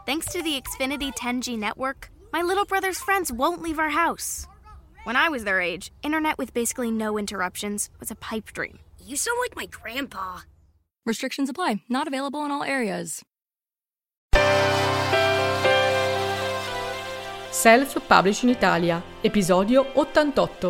Thanks to the Xfinity 10G network, my little brother's friends won't leave our house. When I was their age, internet with basically no interruptions was a pipe dream. You sound like my grandpa. Restrictions apply. Not available in all areas. Self-Publishing Italia, episodio 88.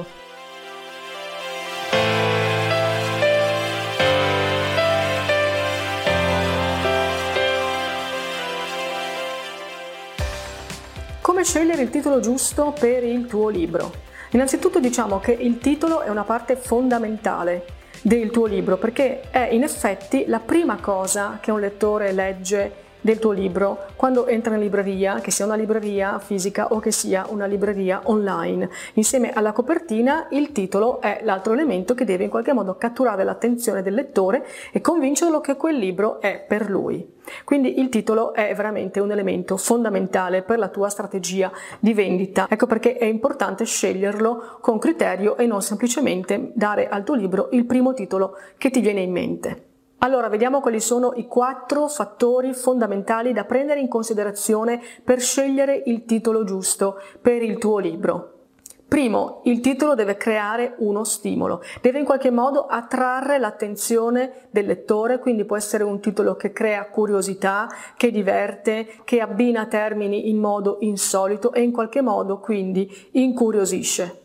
Come scegliere il titolo giusto per il tuo libro? Innanzitutto diciamo che il titolo è una parte fondamentale del tuo libro perché è in effetti la prima cosa che un lettore legge del tuo libro quando entra in libreria, che sia una libreria fisica o che sia una libreria online. Insieme alla copertina il titolo è l'altro elemento che deve in qualche modo catturare l'attenzione del lettore e convincerlo che quel libro è per lui. Quindi il titolo è veramente un elemento fondamentale per la tua strategia di vendita. Ecco perché è importante sceglierlo con criterio e non semplicemente dare al tuo libro il primo titolo che ti viene in mente. Allora, vediamo quali sono i 4 fattori fondamentali da prendere in considerazione per scegliere il titolo giusto per il tuo libro. Primo, il titolo deve creare uno stimolo, deve in qualche modo attrarre l'attenzione del lettore, quindi può essere un titolo che crea curiosità, che diverte, che abbina termini in modo insolito e in qualche modo quindi incuriosisce.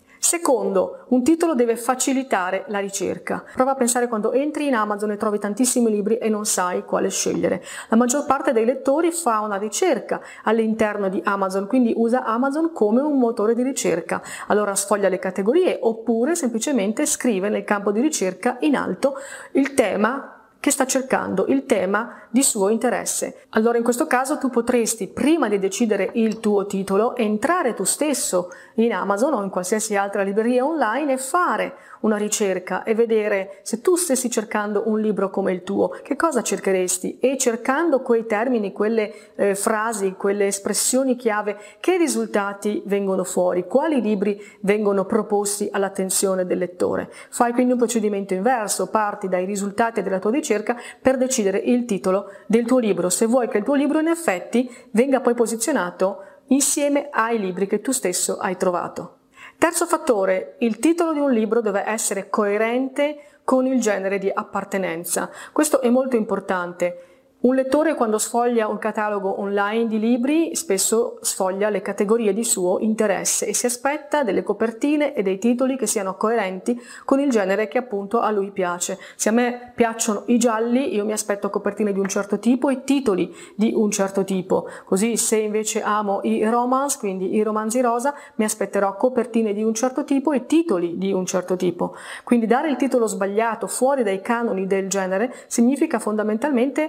Secondo, un titolo deve facilitare la ricerca. Prova a pensare quando entri in Amazon e trovi tantissimi libri e non sai quale scegliere. La maggior parte dei lettori fa una ricerca all'interno di Amazon, quindi usa Amazon come un motore di ricerca. Allora sfoglia le categorie oppure semplicemente scrive nel campo di ricerca in alto il tema che sta cercando, il tema di suo interesse. Allora in questo caso tu potresti, prima di decidere il tuo titolo, entrare tu stesso in Amazon o in qualsiasi altra libreria online e fare una ricerca e vedere se tu stessi cercando un libro come il tuo, che cosa cercheresti? E cercando quei termini, quelle frasi, quelle espressioni chiave, che risultati vengono fuori? Quali libri vengono proposti all'attenzione del lettore? Fai quindi un procedimento inverso, parti dai risultati della tua ricerca per decidere il titolo del tuo libro, se vuoi che il tuo libro in effetti venga poi posizionato insieme ai libri che tu stesso hai trovato. Terzo fattore, il titolo di un libro deve essere coerente con il genere di appartenenza. Questo è molto importante. Un lettore quando sfoglia un catalogo online di libri spesso sfoglia le categorie di suo interesse e si aspetta delle copertine e dei titoli che siano coerenti con il genere che appunto a lui piace. Se a me piacciono i gialli, io mi aspetto copertine di un certo tipo e titoli di un certo tipo. Così se invece amo i romance, quindi i romanzi rosa, mi aspetterò copertine di un certo tipo e titoli di un certo tipo. Quindi dare il titolo sbagliato fuori dai canoni del genere significa fondamentalmente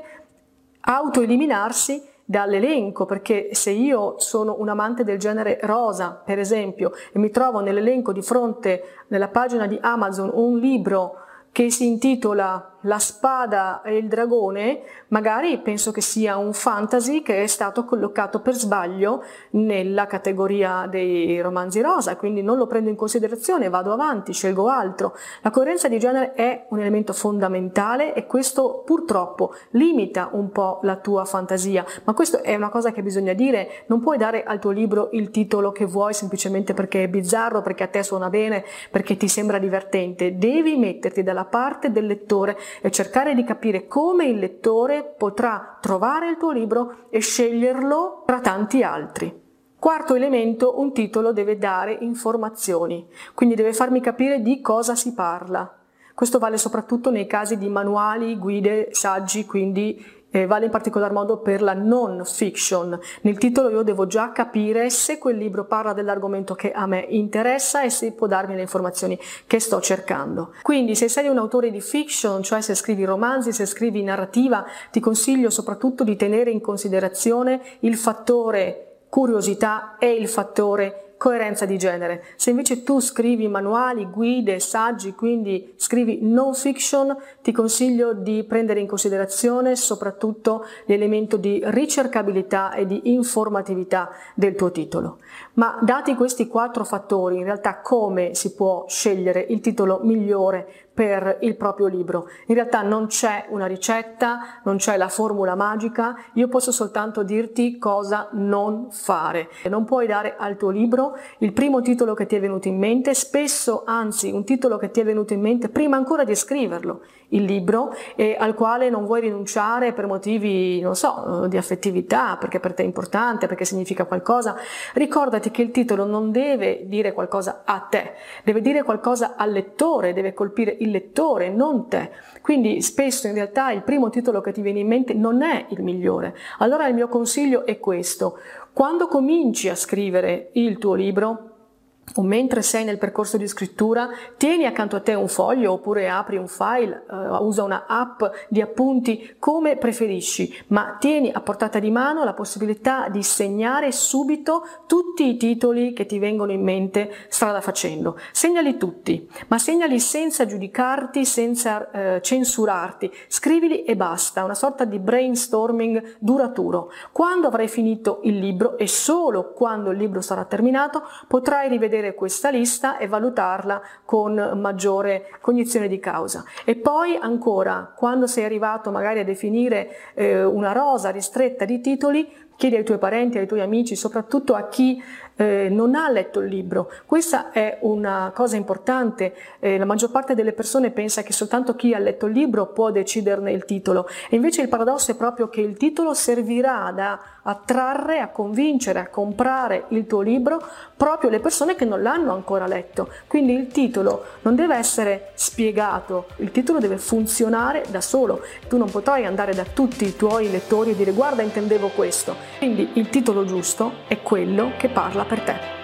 autoeliminarsi dall'elenco, perché se io sono un amante del genere rosa, per esempio, e mi trovo nell'elenco di fronte, nella pagina di Amazon, un libro che si intitola La spada e il dragone, magari penso che sia un fantasy che è stato collocato per sbaglio nella categoria dei romanzi rosa, quindi non lo prendo in considerazione, vado avanti, scelgo altro. La coerenza di genere è un elemento fondamentale e questo purtroppo limita un po' la tua fantasia, ma questo è una cosa che bisogna dire, non puoi dare al tuo libro il titolo che vuoi semplicemente perché è bizzarro, perché a te suona bene, perché ti sembra divertente, devi metterti dalla parte del lettore e cercare di capire come il lettore potrà trovare il tuo libro e sceglierlo tra tanti altri. Quarto elemento, un titolo deve dare informazioni, quindi deve farmi capire di cosa si parla. Questo vale soprattutto nei casi di manuali, guide, saggi, quindi vale in particolar modo per la non fiction. Nel titolo io devo già capire se quel libro parla dell'argomento che a me interessa e se può darmi le informazioni che sto cercando. Quindi se sei un autore di fiction, cioè se scrivi romanzi, se scrivi narrativa, ti consiglio soprattutto di tenere in considerazione il fattore curiosità e il fattore coerenza di genere. Se invece tu scrivi manuali, guide, saggi, quindi scrivi non fiction, ti consiglio di prendere in considerazione soprattutto l'elemento di ricercabilità e di informatività del tuo titolo. Ma dati questi 4 fattori, in realtà come si può scegliere il titolo migliore per il proprio libro. In realtà non c'è una ricetta, non c'è la formula magica, io posso soltanto dirti cosa non fare. Non puoi dare al tuo libro il primo titolo che ti è venuto in mente, spesso anzi un titolo che ti è venuto in mente prima ancora di scriverlo, il libro, e al quale non vuoi rinunciare per motivi, non so, di affettività, perché per te è importante, perché significa qualcosa. Ricordati che il titolo non deve dire qualcosa a te, deve dire qualcosa al lettore, deve colpire il lettore, non te. Quindi spesso in realtà il primo titolo che ti viene in mente non è il migliore. Allora il mio consiglio è questo: quando cominci a scrivere il tuo libro, o mentre sei nel percorso di scrittura, tieni accanto a te un foglio oppure apri un file, usa una app di appunti, come preferisci, ma tieni a portata di mano la possibilità di segnare subito tutti i titoli che ti vengono in mente strada facendo. Segnali tutti, ma segnali senza giudicarti, senza censurarti, scrivili e basta, una sorta di brainstorming duraturo. Quando avrai finito il libro, e solo quando il libro sarà terminato, potrai rivedere questa lista e valutarla con maggiore cognizione di causa. E poi ancora, quando sei arrivato magari a definire una rosa ristretta di titoli, chiedi ai tuoi parenti, ai tuoi amici, soprattutto a chi non ha letto il libro. Questa è una cosa importante. La maggior parte delle persone pensa che soltanto chi ha letto il libro può deciderne il titolo, e invece il paradosso è proprio che il titolo servirà ad attrarre, a convincere, a comprare il tuo libro proprio le persone che non l'hanno ancora letto. Quindi il titolo non deve essere spiegato, il titolo deve funzionare da solo. Tu non potrai andare da tutti i tuoi lettori e dire: guarda, intendevo questo. Quindi il titolo giusto è quello che parla per te.